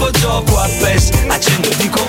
dopo gioco a PES. Accendo e dico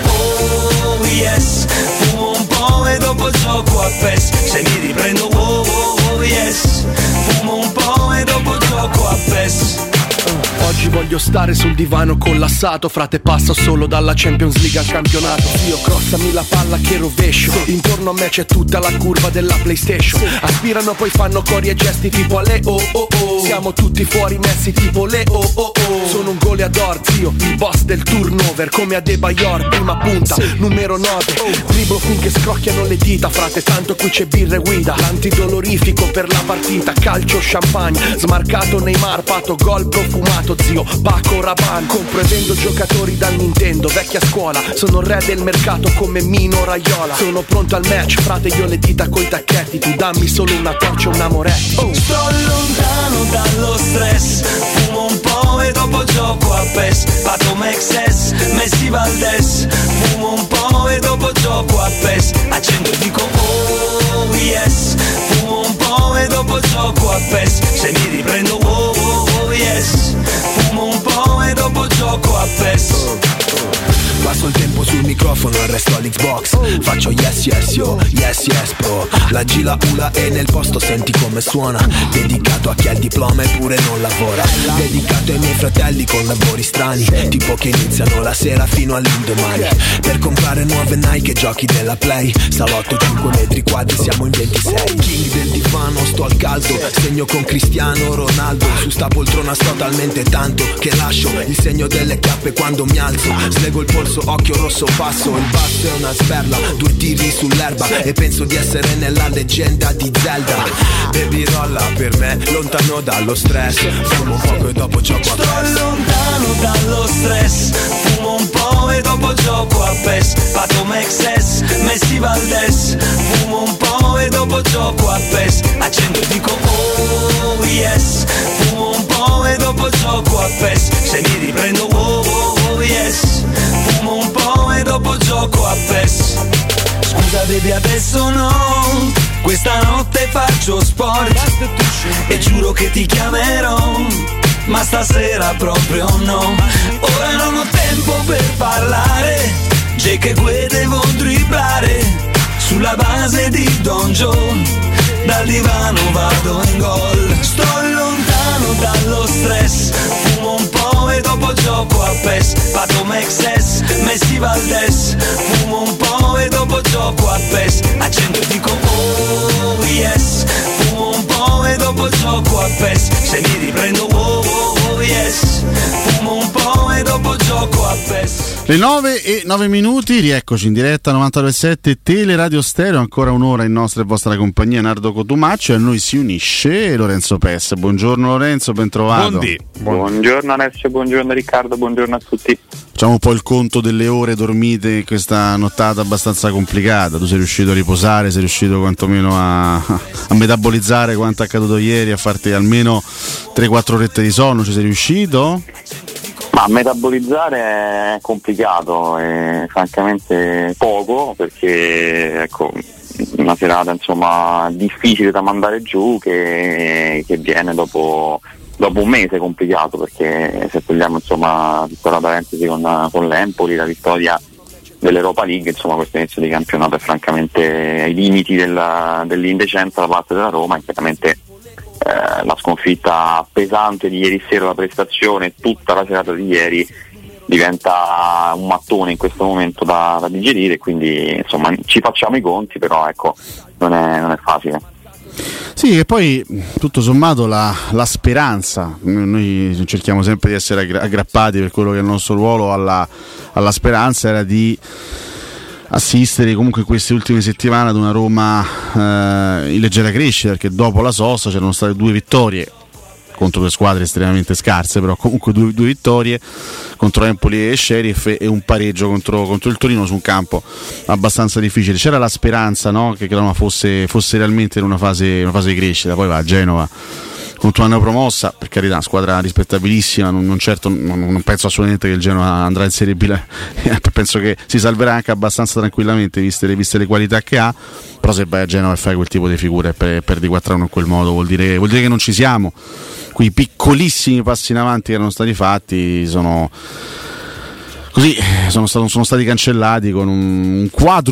oh yes. Fumo un po' e dopo gioco a PES. Se mi riprendo oh oh oh yes. Fumo un po' e dopo gioco a PES. Oggi voglio stare sul divano collassato, frate, passo solo dalla Champions League al campionato. Zio, crossami la palla che rovescio. Intorno a me c'è tutta la curva della PlayStation. Aspirano poi fanno cori e gesti tipo le oh oh oh. Siamo tutti fuori messi tipo le oh oh oh. Sono un goleador, zio, il boss del turnover. Come Adebayor, prima punta, numero 9. Dribblo finché scrocchiano le dita, frate, tanto qui c'è birra e guida. L'antidolorifico per la partita, calcio, champagne. Smarcato Neymar, pato, gol profumato, zio, Paco Rabanne. Compro e vendo giocatori dal Nintendo, vecchia scuola. Sono il re del mercato come Mino Raiola. Sono pronto al match, frate, io le dita coi tacchetti. Tu dammi solo una torcia, una Moretti. Sto lontano dallo stress. Fumo un po' e dopo gioco a PES. Pato Mexes, Messi Valdes. Fumo un po' e dopo gioco a PES. Accendo e dico oh yes. Fumo un po' e dopo gioco a PES. Se mi riprendo oh oh oh yes. Fumo un po' e dopo gioco a PES. Passo il tempo sul microfono, arresto all'Xbox. Faccio yes yes yo, yes yes bro. La G la ula e nel posto senti come suona. Dedicato a chi ha il diploma eppure non lavora. Dedicato ai miei fratelli con lavori strani, tipo che iniziano la sera fino all'indomani. Per comprare nuove Nike e giochi della Play. Salotto 5 metri quadri, siamo in 26. King del divano, sto al caldo. Segno con Cristiano Ronaldo. Su sta poltrona sto talmente tanto che lascio il segno delle chiappe quando mi alzo. Slego il polso, occhio rosso passo. Il basso è una sberla, 2 tiri sull'erba. E penso di essere nella leggenda di Zelda. Baby rolla per me, lontano dallo stress. Fumo un poco e dopo gioco a PES. Sto lontano dallo stress. Fumo un po' e dopo gioco a PES. Pato Mexes, Messi Valdes. Fumo un po' e dopo gioco a PES. Accendo e dico oh yes. Fumo un po' e dopo gioco a PES. Se mi riprendo oh oh oh yes. Fumo un po' e dopo gioco a PES. Scusa baby adesso no, questa notte faccio sport e giuro che ti chiamerò, ma stasera proprio no. Ora non ho tempo per parlare, Jake e Gue devo dribblare sulla base di Don Joe. Dal divano vado in gol. Sto lontano dallo stress. Fumo un po' e dopo gioco a PES. Pato Mexes, Messi Valdes. Fumo un po' e dopo gioco a PES. Accendo e dico oh yes. Fumo un po' e dopo gioco a PES. Se mi riprendo oh oh oh yes. Fumo un po' e dopo gioco a PES. Le 9:09, rieccoci in diretta 92.7 Teleradio Stereo, ancora un'ora in nostra e vostra compagnia. Nardo Cotumaccio, e a noi si unisce Lorenzo Pes. Buongiorno Lorenzo, ben trovato. Buongiorno Alessio, buongiorno Riccardo, buongiorno a tutti. Facciamo un po' il conto delle ore dormite in questa nottata abbastanza complicata. Tu sei riuscito a riposare, sei riuscito quantomeno a metabolizzare quanto è accaduto ieri, a farti almeno 3-4 orette di sonno, ci sei riuscito? Ma metabolizzare è complicato e francamente poco, perché ecco, una serata insomma difficile da mandare giù che viene dopo un mese complicato, perché se togliamo insomma tutta la parentesi con l'Empoli, la vittoria dell'Europa League, insomma questo inizio di campionato è francamente ai limiti dell'indecenza da parte della Roma, e chiaramente la sconfitta pesante di ieri sera, la prestazione, tutta la serata di ieri diventa un mattone in questo momento da digerire, quindi insomma ci facciamo i conti, però ecco non è facile. Sì, e poi tutto sommato la speranza, noi cerchiamo sempre di essere aggrappati per quello che è il nostro ruolo alla speranza, era di assistere comunque in queste ultime settimane ad una Roma in leggera crescita, perché dopo la sosta c'erano state 2 vittorie contro 2 squadre estremamente scarse, però comunque 2 vittorie contro Empoli e Sheriff e un pareggio contro il Torino su un campo abbastanza difficile. C'era la speranza, no, che la Roma fosse realmente in una fase di crescita. Poi va a Genova contro una neopromossa, per carità, una squadra rispettabilissima, non penso assolutamente che il Genova andrà in Serie B, penso che si salverà anche abbastanza tranquillamente viste le qualità che ha, però se vai a Genova e fai quel tipo di figure e perdi 4-1 in quel modo vuol dire che non ci siamo. Quei piccolissimi passi in avanti che erano stati fatti sono Così sono stati cancellati con un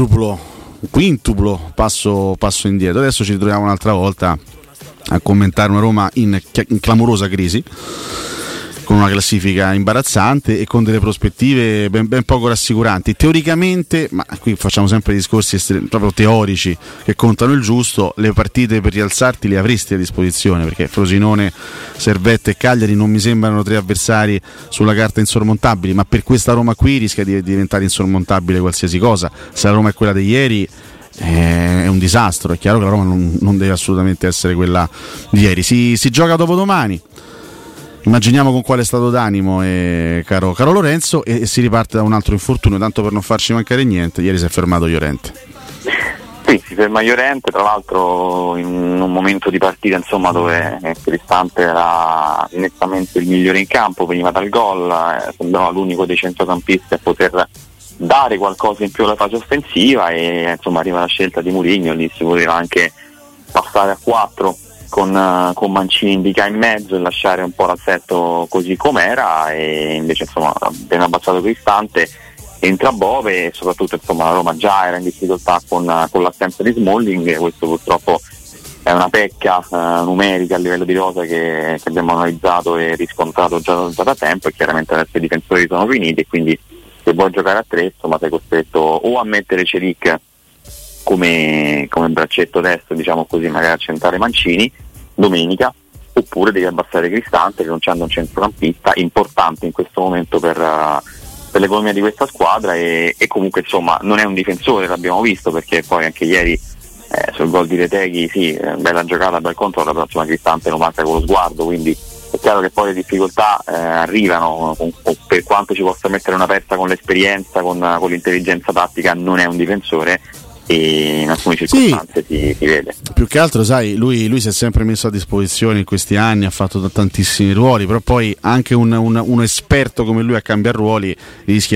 quintuplo passo indietro. Adesso ci ritroviamo un'altra volta a commentare una Roma in clamorosa crisi, con una classifica imbarazzante e con delle prospettive ben poco rassicuranti teoricamente, ma qui facciamo sempre discorsi proprio teorici che contano il giusto. Le partite per rialzarti le avresti a disposizione, perché Frosinone, Servette e Cagliari non mi sembrano tre avversari sulla carta insormontabili, ma per questa Roma qui rischia di diventare insormontabile qualsiasi cosa. Se la Roma è quella di ieri è un disastro. È chiaro che la Roma non deve assolutamente essere quella di ieri. Si gioca dopodomani. Immaginiamo con quale stato d'animo caro Lorenzo, e si riparte da un altro infortunio, tanto per non farci mancare niente. Ieri si è fermato Llorente. Sì, si ferma Llorente, tra l'altro in un momento di partita dove Cristante era nettamente il migliore in campo, veniva dal gol, sembrava l'unico dei centrocampisti a poter dare qualcosa in più alla fase offensiva, e arriva la scelta di Mourinho. Lì si poteva anche passare a 4 con Mancini indica in mezzo e lasciare un po' l'assetto così com'era, e invece appena abbassato Cristante entra Bove, e soprattutto la Roma già era in difficoltà con l'assenza di Smalling, e questo purtroppo è una pecca numerica a livello di rosa che abbiamo analizzato e riscontrato già da tempo, e chiaramente adesso i difensori sono finiti, e quindi se vuoi giocare a 3 sei costretto o a mettere Celic come braccetto destro, magari a centrare Mancini domenica, oppure devi abbassare Cristante, rinunciando a un centrocampista importante in questo momento per l'economia di questa squadra, e comunque non è un difensore, l'abbiamo visto, perché poi anche ieri sul gol di Retegui bella giocata, bel controllo, però Cristante lo marca con lo sguardo, quindi è chiaro che poi le difficoltà arrivano, per quanto ci possa mettere una pezza con l'esperienza, con l'intelligenza tattica, non è un difensore, e in alcune circostanze si vede. Più che altro lui si è sempre messo a disposizione in questi anni, ha fatto tantissimi ruoli, però poi anche un esperto come lui a cambiare ruoli rischia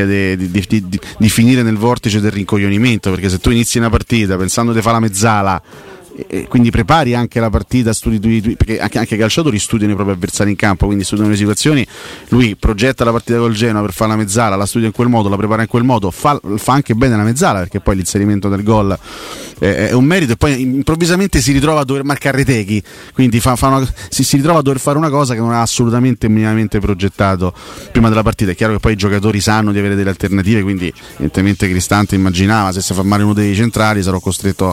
di finire nel vortice del rincoglionimento, perché se tu inizi una partita pensando di fare la mezzala e quindi prepari anche la partita, perché anche i calciatori studiano i propri avversari in campo, quindi studiano le situazioni. Lui progetta la partita col Genoa per fare la mezzala, la studia in quel modo, la prepara in quel modo, fa anche bene la mezzala, perché poi l'inserimento del gol è un merito, e poi improvvisamente si ritrova a dover marcare Retegui, quindi si ritrova a dover fare una cosa che non ha assolutamente minimamente progettato prima della partita. È chiaro che poi i giocatori sanno di avere delle alternative, quindi evidentemente Cristante immaginava: se si fa male uno dei centrali sarò costretto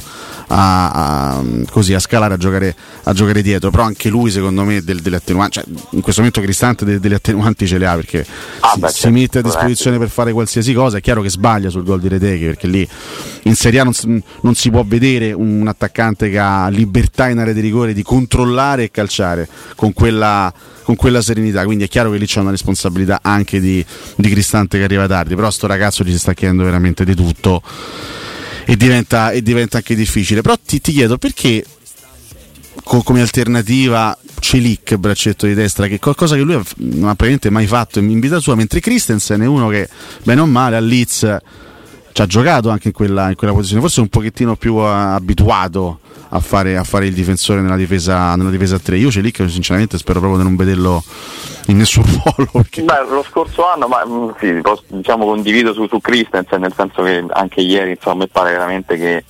a scalare, a giocare dietro. Però anche lui, secondo me, delle attenuanti, in questo momento Cristante delle attenuanti ce le ha, perché si mette a disposizione per fare qualsiasi cosa. È chiaro che sbaglia sul gol di Retegui, perché lì in Serie A non si può vedere un attaccante che ha libertà in area di rigore di controllare e calciare con quella serenità, quindi è chiaro che lì c'è una responsabilità anche di Cristante, che arriva tardi. Però sto ragazzo ci si sta chiedendo veramente di tutto, e diventa anche difficile. Però ti chiedo, perché come alternativa Celic, braccetto di destra, che qualcosa che lui non ha praticamente mai fatto in vita sua, mentre Christensen è uno che bene o male a Leeds ci ha giocato anche in quella posizione, forse un pochettino più abituato a fare il difensore nella difesa a 3. Io Celic sinceramente spero proprio di non vederlo in nessun ruolo, perché... lo scorso anno, condivido su Christensen, nel senso che anche ieri a me pare veramente che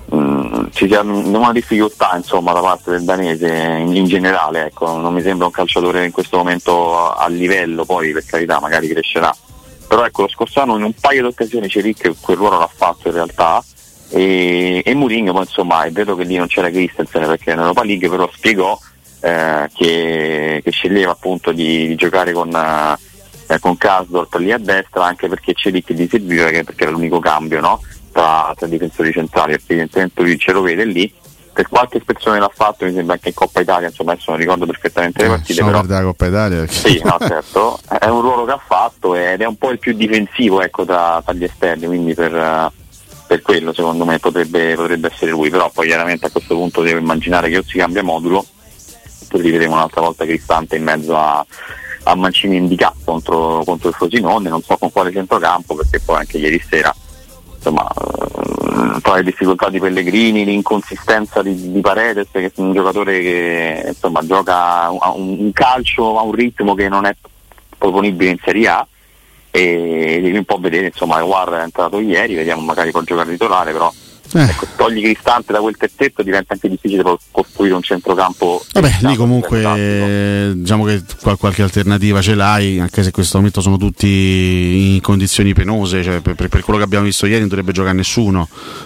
ci sia una difficoltà da parte del danese in generale, non mi sembra un calciatore in questo momento a livello, poi per carità magari crescerà, però lo scorso anno in un paio di occasioni Celic quel ruolo l'ha fatto in realtà, e Mourinho poi è vero che lì non c'era Christensen perché in Europa League, però spiegò che sceglieva appunto di giocare con Karsdorp lì a destra, anche perché Celic gli serviva, perché era l'unico cambio, no? tra difensori centrali, perché evidentemente lui ce lo vede lì. Per qualche ispezione l'ha fatto, mi sembra anche in Coppa Italia, adesso non ricordo perfettamente le partite, però della Coppa Italia. Sì, no, certo, è un ruolo che ha fatto ed è un po' il più difensivo tra gli esterni, quindi per quello secondo me potrebbe essere lui. Però poi chiaramente a questo punto devo immaginare che o si cambia modulo, poi rivedremo un'altra volta Cristante in mezzo a Mancini Indica contro il Frosinone, non so con quale centrocampo, perché poi anche ieri sera tra le difficoltà di Pellegrini, l'inconsistenza di Paredes, che è un giocatore che gioca un calcio a un ritmo che non è proponibile in Serie A, devi un po' vedere, insomma, Aouar è entrato ieri, vediamo, magari può giocare titolare, però ecco, togli Cristante da quel terzetto, diventa anche difficile costruire un centrocampo. Vabbè, lì comunque diciamo che qualche alternativa ce l'hai, anche se in questo momento sono tutti in condizioni penose, cioè, per quello che abbiamo visto ieri non dovrebbe giocare nessuno.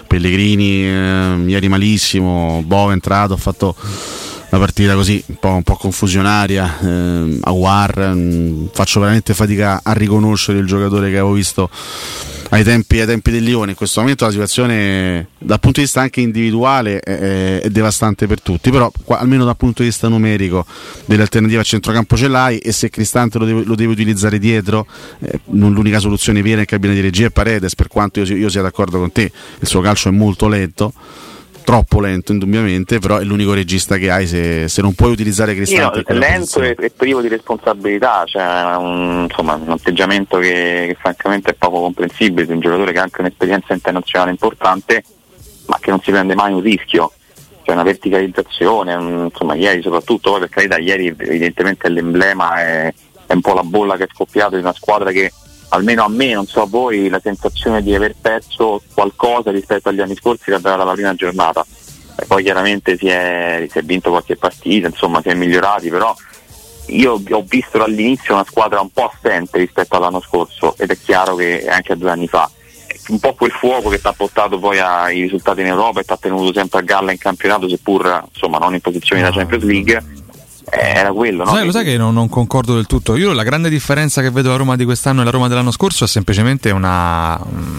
Pellegrini ieri malissimo, Bo è entrato, ha fatto una partita così un po' confusionaria. Aouar, faccio veramente fatica a riconoscere il giocatore che avevo visto ai tempi del Lione. In questo momento la situazione dal punto di vista anche individuale è devastante per tutti, però almeno dal punto di vista numerico delle alternative a centrocampo ce l'hai, e se Cristante lo deve utilizzare dietro, non l'unica soluzione vera in cabina di regia è Paredes, per quanto io sia d'accordo con te, il suo calcio è molto lento, troppo lento indubbiamente, però è l'unico regista che hai se non puoi utilizzare Cristante. Lento e privo di responsabilità, cioè un atteggiamento che francamente è poco comprensibile di un giocatore che ha anche un'esperienza internazionale importante, ma che non si prende mai un rischio, cioè una verticalizzazione, ieri soprattutto, poi per carità, ieri evidentemente è l'emblema, è un po' la bolla che è scoppiata di una squadra che, almeno a me, non so a voi, la sensazione di aver perso qualcosa rispetto agli anni scorsi che aveva la prima giornata. E poi chiaramente si è vinto qualche partita, insomma si è migliorati, però io ho visto dall'inizio una squadra un po' assente rispetto all'anno scorso, ed è chiaro che anche a 2 anni fa un po' quel fuoco che ti ha portato poi ai risultati in Europa e ti ha tenuto sempre a galla in campionato, seppur non in posizioni da Champions League, era quello, no? Lo sai che non concordo del tutto. Io la grande differenza che vedo la Roma di quest'anno e la Roma dell'anno scorso è semplicemente una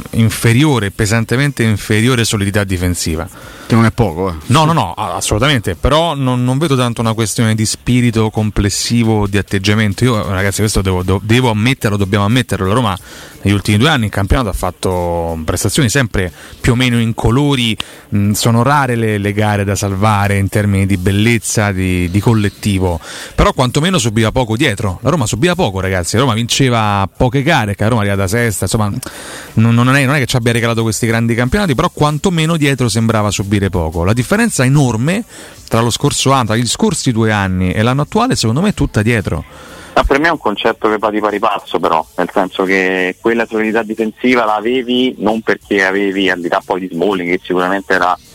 pesantemente inferiore solidità difensiva, che non è poco. No, assolutamente, però non vedo tanto una questione di spirito complessivo, di atteggiamento. Io, ragazzi, questo devo ammetterlo, dobbiamo ammetterlo, la Roma negli ultimi 2 anni in campionato ha fatto prestazioni sempre più o meno incolori. Sono rare le gare da salvare in termini di bellezza, di collettivo, però quantomeno subiva poco dietro. La Roma subiva poco, ragazzi, la Roma vinceva poche gare, che la Roma è arrivata sesta, insomma non è che ci abbia regalato questi grandi campionati, però quantomeno dietro sembrava subire poco. La differenza enorme tra lo scorso anno, tra gli scorsi 2 anni e l'anno attuale, secondo me è tutta dietro. Ma per me è un concetto che va di pari passo, però, nel senso che quella solidità difensiva la avevi non perché avevi, al di là poi di Smalling, che sicuramente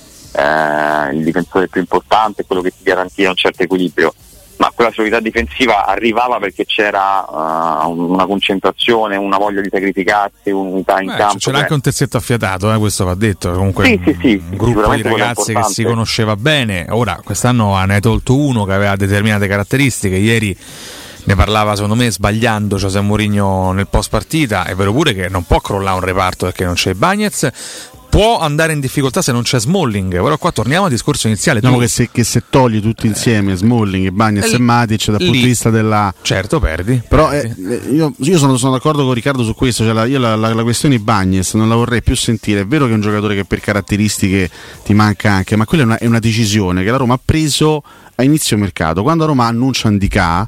era il difensore più importante, quello che ti garantiva un certo equilibrio, ma quella solidità difensiva arrivava perché c'era una concentrazione, una voglia di sacrificarsi, un'unità in campo. C'era anche un terzetto affiatato, questo va detto. Comunque sì, un gruppo di ragazzi che si conosceva bene. Ora, quest'anno ne hai tolto uno che aveva determinate caratteristiche. Ieri ne parlava, secondo me, sbagliando José Mourinho nel post partita. È vero pure che non può crollare un reparto perché non c'è Bagnez, può andare in difficoltà se non c'è Smalling, però qua torniamo al discorso iniziale. Diciamo che se togli tutti insieme Smalling, Bagnez e Matic dal punto di vista della... Certo, perdi. Però io sono d'accordo con Riccardo su questo, cioè la questione Bagnez non la vorrei più sentire. È vero che è un giocatore che per caratteristiche ti manca anche, ma quella è una decisione che la Roma ha preso a inizio mercato. Quando la Roma annuncia Ndicà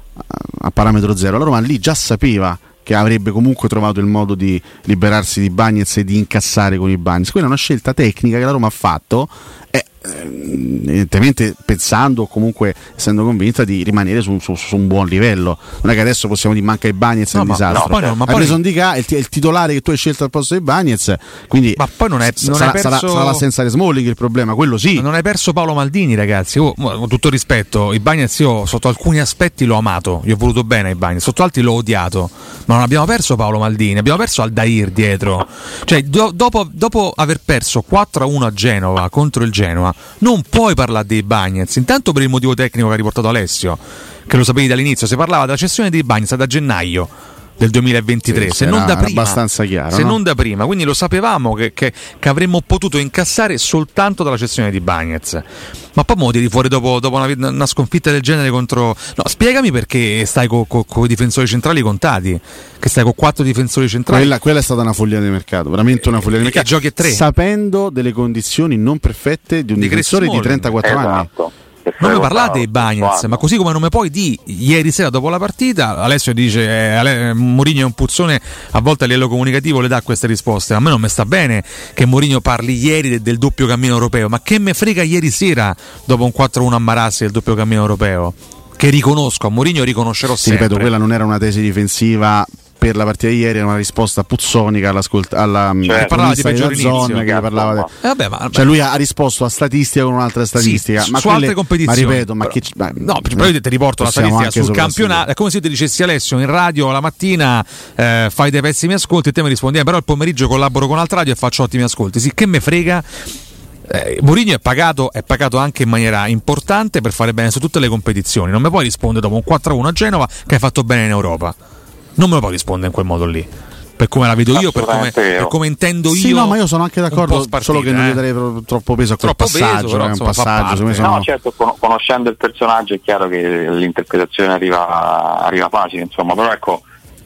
a parametro zero, la Roma lì già sapeva che avrebbe comunque trovato il modo di liberarsi di Bagnez e di incassare con i Bagnez. Quella è una scelta tecnica che la Roma ha fatto, evidentemente pensando o comunque essendo convinta di rimanere su un buon livello. Non è che adesso possiamo dire manca i Bagnez, è un disastro. Hai preso Ndicà, è il titolare che tu hai scelto al posto di Bagnez, quindi ma poi sarà l'assenza di Smalling il problema, quello sì. Non hai perso Paolo Maldini, ragazzi. Con tutto rispetto, i Bagnez io sotto alcuni aspetti l'ho amato, gli ho voluto bene ai Bagnez, sotto altri l'ho odiato, ma non abbiamo perso Paolo Maldini, abbiamo perso Aldair dietro. Cioè dopo aver perso 4-1 a Genova contro il Genoa, non puoi parlare dei Bagnez, intanto per il motivo tecnico che ha riportato Alessio, che lo sapevi dall'inizio. Si parlava della cessione dei Bagnez da gennaio del 2023, se non da prima, abbastanza chiaro, se no? non da prima, quindi lo sapevamo che avremmo potuto incassare soltanto dalla cessione di Bagnez. Ma poi mo tiri fuori dopo una sconfitta del genere contro... No, spiegami perché stai con i difensori centrali contati, che stai con 4 difensori centrali. Quella è stata una follia di mercato, veramente una follia di mercato, giochi a 3 sapendo delle condizioni non perfette di un difensore di 34 anni. Non mi parlate di Bagnez, ma così come non mi puoi di ieri sera dopo la partita. Alessio dice Mourinho è un puzzone, a volte a livello comunicativo le dà queste risposte. A me non mi sta bene che Mourinho parli ieri del doppio cammino europeo, ma che me frega ieri sera dopo un 4-1 a Marassi del doppio cammino europeo, che riconosco, a Mourinho riconoscerò sempre. Ripeto, quella non era una tesi difensiva per la partita di ieri era una risposta puzzonica alla parlava di peggiore zona che parlava cioè lui ha risposto a statistica con un'altra statistica, ma su altre competizioni. Ma ripeto, però io ti riporto la statistica sul campionato. È come se ti dicessi: Alessio, in radio la mattina fai dei pessimi ascolti e te mi rispondi però il pomeriggio collaboro con altra radio e faccio ottimi ascolti. Sì, che me frega. Mourinho è pagato anche in maniera importante per fare bene su tutte le competizioni. Non mi puoi rispondere dopo un 4-1 a Genova che hai fatto bene in Europa. Non me lo puoi rispondere in quel modo lì, per come la vedo io, per come intendo io. Sì, no, ma io sono anche d'accordo, solo che non gli darei troppo peso a quel passaggio, però, è un passaggio. No, certo, conoscendo il personaggio è chiaro che l'interpretazione arriva facile, insomma, però ecco,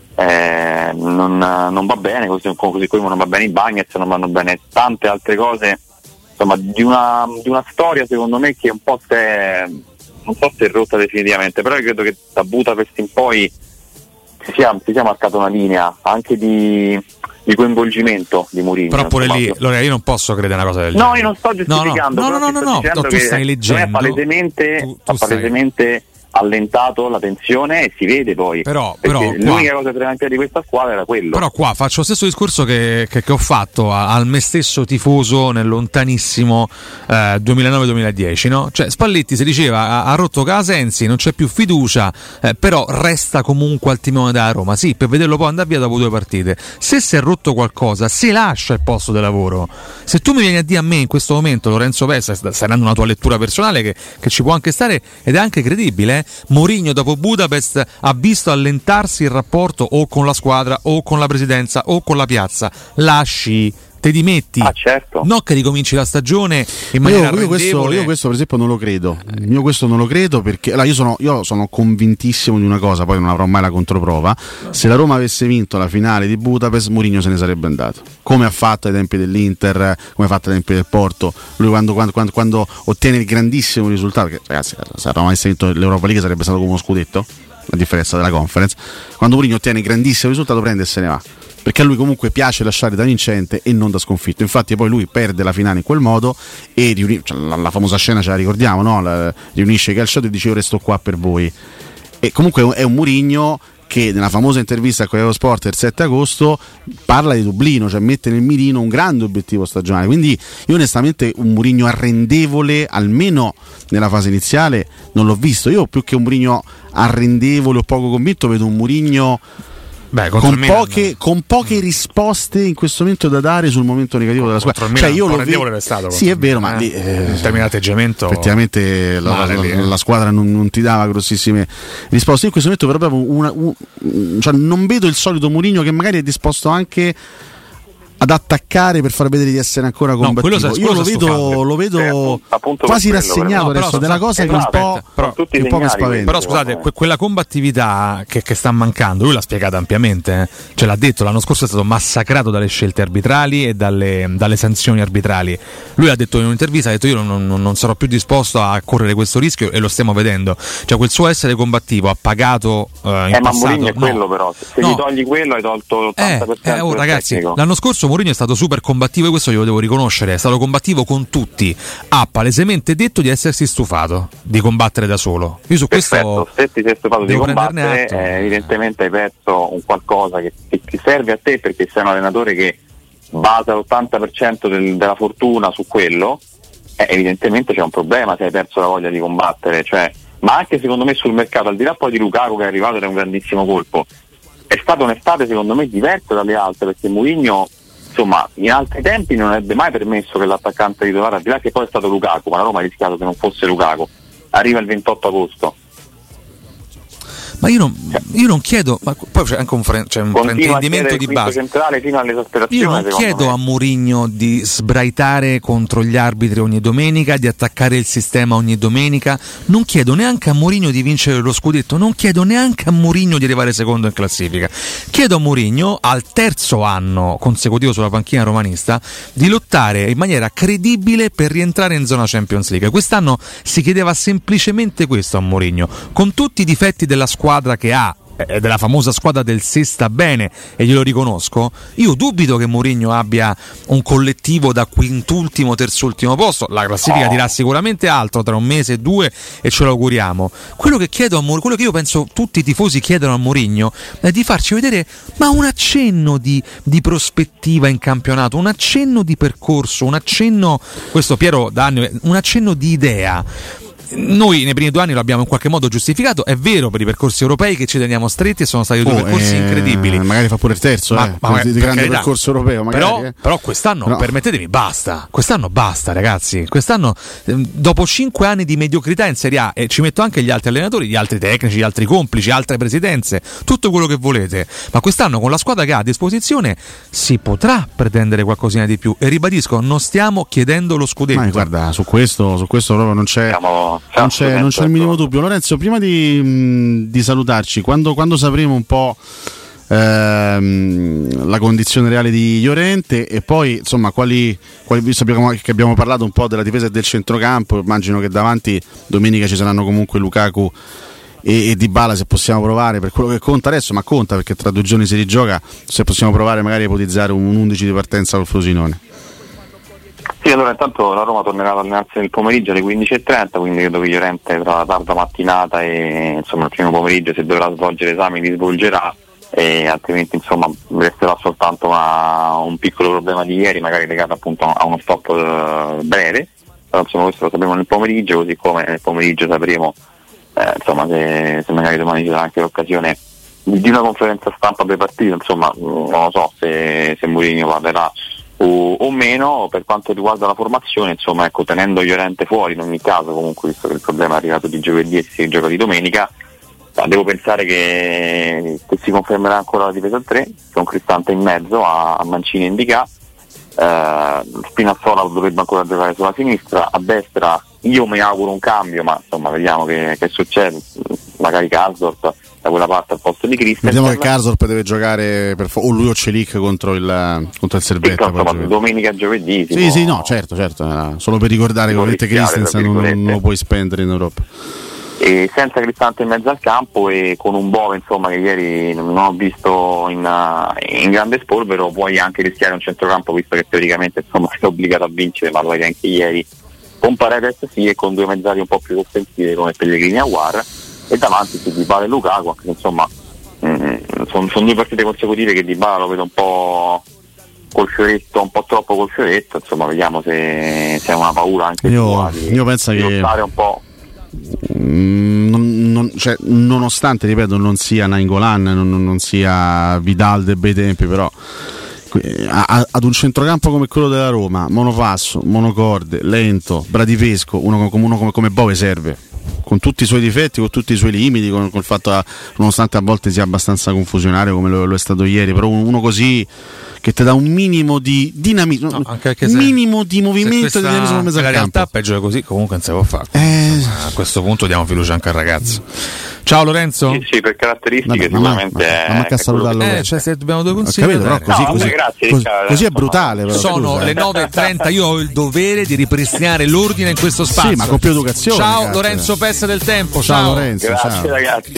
non va bene, così come non va bene i Bagnets, non vanno bene tante altre cose, insomma, di una storia secondo me che un po' non so se è rotta definitivamente, però io credo che da Budapest in poi si sia marcata una linea anche di coinvolgimento di Mourinho. Però pure lì, Lorea, io non posso credere una cosa del genere. No, io non sto giustificando. No, tu stai leggendo. Ha palesemente allentato la tensione e si vede poi. Però l'unica cosa preventiva di questa squadra era quello. Però qua faccio lo stesso discorso che ho fatto al me stesso tifoso nel lontanissimo 2009-2010, no? Cioè Spalletti si diceva ha rotto Casensi, non c'è più fiducia, però resta comunque al timone da Roma. Sì, per vederlo poi andare via dopo 2 partite. Se si è rotto qualcosa, si lascia il posto di lavoro. Se tu mi vieni a dire a me in questo momento, Lorenzo Pessa, stai dando una tua lettura personale che ci può anche stare ed è anche credibile, Mourinho dopo Budapest ha visto allentarsi il rapporto o con la squadra o con la presidenza o con la piazza. Lasci, te dimetti, certo. No che ricominci la stagione in maniera arrendevole. Io questo per esempio non lo credo. Io questo non lo credo perché io sono convintissimo di una cosa, poi non avrò mai la controprova. Se la Roma avesse vinto la finale di Budapest, Mourinho se ne sarebbe andato, come ha fatto ai tempi dell'Inter, come ha fatto ai tempi del Porto. Lui quando ottiene il grandissimo risultato, che ragazzi, se la Roma avesse vinto l'Europa League sarebbe stato come uno scudetto, a differenza della Conference. Quando Mourinho ottiene il grandissimo risultato prende e se ne va, perché a lui comunque piace lasciare da vincente e non da sconfitto. Infatti poi lui perde la finale in quel modo e la famosa scena ce la ricordiamo, no? Riunisce i calciatori e dice io resto qua per voi. E comunque è un Mourinho che nella famosa intervista a Corriere dello Sport il 7 agosto parla di Dublino, cioè mette nel mirino un grande obiettivo stagionale. Quindi io onestamente un Mourinho arrendevole, almeno nella fase iniziale, non l'ho visto. Io più che un Mourinho arrendevole o poco convinto vedo un Mourinho con poche risposte in questo momento da dare sul momento negativo della squadra. Cioè io lo vedo, sì, è vero, ma lì in termini di atteggiamento effettivamente la squadra non ti dava grossissime risposte. In questo momento proprio cioè non vedo il solito Mourinho che magari è disposto anche ad attaccare per far vedere di essere ancora combattivo. Io lo vedo quasi rassegnato adesso della cosa che un po' mi spaventa. Però scusate, quella combattività che sta mancando, lui l'ha spiegata ampiamente, ce l'ha detto, l'anno scorso è stato massacrato dalle scelte arbitrali e dalle sanzioni arbitrali. Lui ha detto in un'intervista, ha detto io non sarò più disposto a correre questo rischio e lo stiamo vedendo. Cioè quel suo essere combattivo ha pagato in passato. Ma Mourinho è quello, però se gli togli quello hai tolto l'80% ragazzi, tecnico. L'anno scorso Mourinho è stato super combattivo e questo io lo devo riconoscere, è stato combattivo con tutti, ha palesemente detto di essersi stufato di combattere da solo. Io su questo se ti sei stufato di combattere evidentemente hai perso un qualcosa che ti serve a te, perché sei un allenatore che basa l'80% della fortuna su quello, evidentemente c'è un problema se hai perso la voglia di combattere, cioè, ma anche secondo me sul mercato, al di là poi di Lukaku che è arrivato ed è un grandissimo colpo, è stata un'estate secondo me diversa dalle altre, perché Mourinho insomma in altri tempi non avrebbe mai permesso che l'attaccante titolare, al di là che poi è stato Lukaku, ma la Roma ha rischiato che non fosse Lukaku, arriva il 28 agosto. Ma io non chiedo, ma poi c'è anche un fraintendimento di base centrale fino all'esasperazione. Io non chiedo a Mourinho di sbraitare contro gli arbitri ogni domenica, di attaccare il sistema ogni domenica, non chiedo neanche a Mourinho di vincere lo scudetto, non chiedo neanche a Mourinho di arrivare secondo in classifica. Chiedo a Mourinho, al 3° anno consecutivo sulla panchina romanista, di lottare in maniera credibile per rientrare in zona Champions League. Quest'anno si chiedeva semplicemente questo a Mourinho, con tutti i difetti della squadra che ha, è della famosa squadra del se sta bene, e glielo riconosco, io dubito che Mourinho abbia un collettivo da quintultimo, terzultimo posto. La classifica dirà sicuramente altro tra un mese, 2, e ce lo auguriamo. Quello che chiedo quello che io penso tutti i tifosi chiedono a Mourinho è di farci vedere ma un accenno di prospettiva in campionato, un accenno di percorso, un accenno, questo Piero da anni, un accenno di idea. Noi nei primi 2 anni lo abbiamo in qualche modo giustificato, è vero, per i percorsi europei che ci teniamo stretti, e sono stati 2 percorsi incredibili. Magari fa pure il terzo, ma di grande percorso europeo. Magari, però quest'anno, no, permettetemi, basta. Quest'anno basta, ragazzi. Quest'anno, dopo 5 anni di mediocrità in Serie A, e ci metto anche gli altri allenatori, gli altri tecnici, gli altri complici, altre presidenze, tutto quello che volete. Ma quest'anno, con la squadra che ha a disposizione, si potrà pretendere qualcosina di più. E ribadisco, non stiamo chiedendo lo scudetto. Ma guarda, su questo proprio non c'è. Non c'è il minimo dubbio. Lorenzo, prima di salutarci, quando sapremo un po' la condizione reale di Llorente, e poi insomma sappiamo che abbiamo parlato un po' della difesa e del centrocampo, immagino che davanti domenica ci saranno comunque Lukaku e Dybala, se possiamo provare, per quello che conta adesso, ma conta perché tra 2 giorni si rigioca, se possiamo provare magari a ipotizzare un 11 di partenza col Frosinone. Sì, allora intanto la Roma tornerà ad allenarsi nel pomeriggio alle 15:30, quindi credo che Llorente tra la tarda mattinata e insomma il primo pomeriggio, se dovrà svolgere esami, li svolgerà, e altrimenti insomma resterà soltanto un piccolo problema di ieri, magari legato appunto a uno stop breve. Però insomma questo lo sapremo nel pomeriggio, così come nel pomeriggio sapremo insomma se magari domani ci sarà anche l'occasione di una conferenza stampa pre-partita, insomma non lo so se Mourinho parlerà o meno. Per quanto riguarda la formazione, insomma, ecco, tenendo Llorente fuori in ogni caso, comunque visto che il problema è arrivato di giovedì e si gioca di domenica, devo pensare che si confermerà ancora la difesa 3 con Cristante in mezzo a Mancini e Ndicà. Spinazzola dovrebbe ancora giocare sulla sinistra, a destra io mi auguro un cambio, ma insomma vediamo che succede, magari Karsdorp da quella parte al posto di Christensen. Vediamo che Karsdorp deve giocare o lui o Celic contro il Servette. Sì, domenica, giovedì. Sì, no, certo, solo per ricordare che ovviamente Christensen non lo puoi spendere in Europa. E senza Cristante in mezzo al campo e con un Bove insomma che ieri non ho visto in grande spolvero, puoi anche rischiare un centrocampo, visto che teoricamente insomma sei obbligato a vincere, ma lo eri anche ieri, con Paredes sì, e con 2 mezzali un po' più offensive come Pellegrini e Aouar, e davanti su Dybala e Lukaku, anche insomma sono 2 partite consecutive che Dybala lo vedo un po' col fioretto, un po' troppo col fioretto, insomma vediamo se è una paura anche io penso di che lottare un po'. Nonostante, ripeto, non sia Nainggolan, non sia Vidal dei bei tempi, però ad un centrocampo come quello della Roma, monopasso, monocorde, lento, bradipesco, uno come Bove serve, con tutti i suoi difetti, con tutti i suoi limiti, con il fatto nonostante a volte sia abbastanza confusionario come lo è stato ieri, però uno così che ti dà un minimo di dinamismo, un minimo di movimento e di dinamismo in mezzo al campo. La realtà peggio così comunque non si può fare. A questo punto diamo fiducia anche al ragazzo. Ciao Lorenzo. Sì, per caratteristiche sicuramente manca a salutarlo. Se dobbiamo 2 consigli. Così è brutale. Però. Sono le 9:30, io ho il dovere di ripristinare l'ordine in questo spazio. Sì, ma con più educazione. Ciao Lorenzo Pessa del Tempo. Ciao Lorenzo. Grazie ragazzi.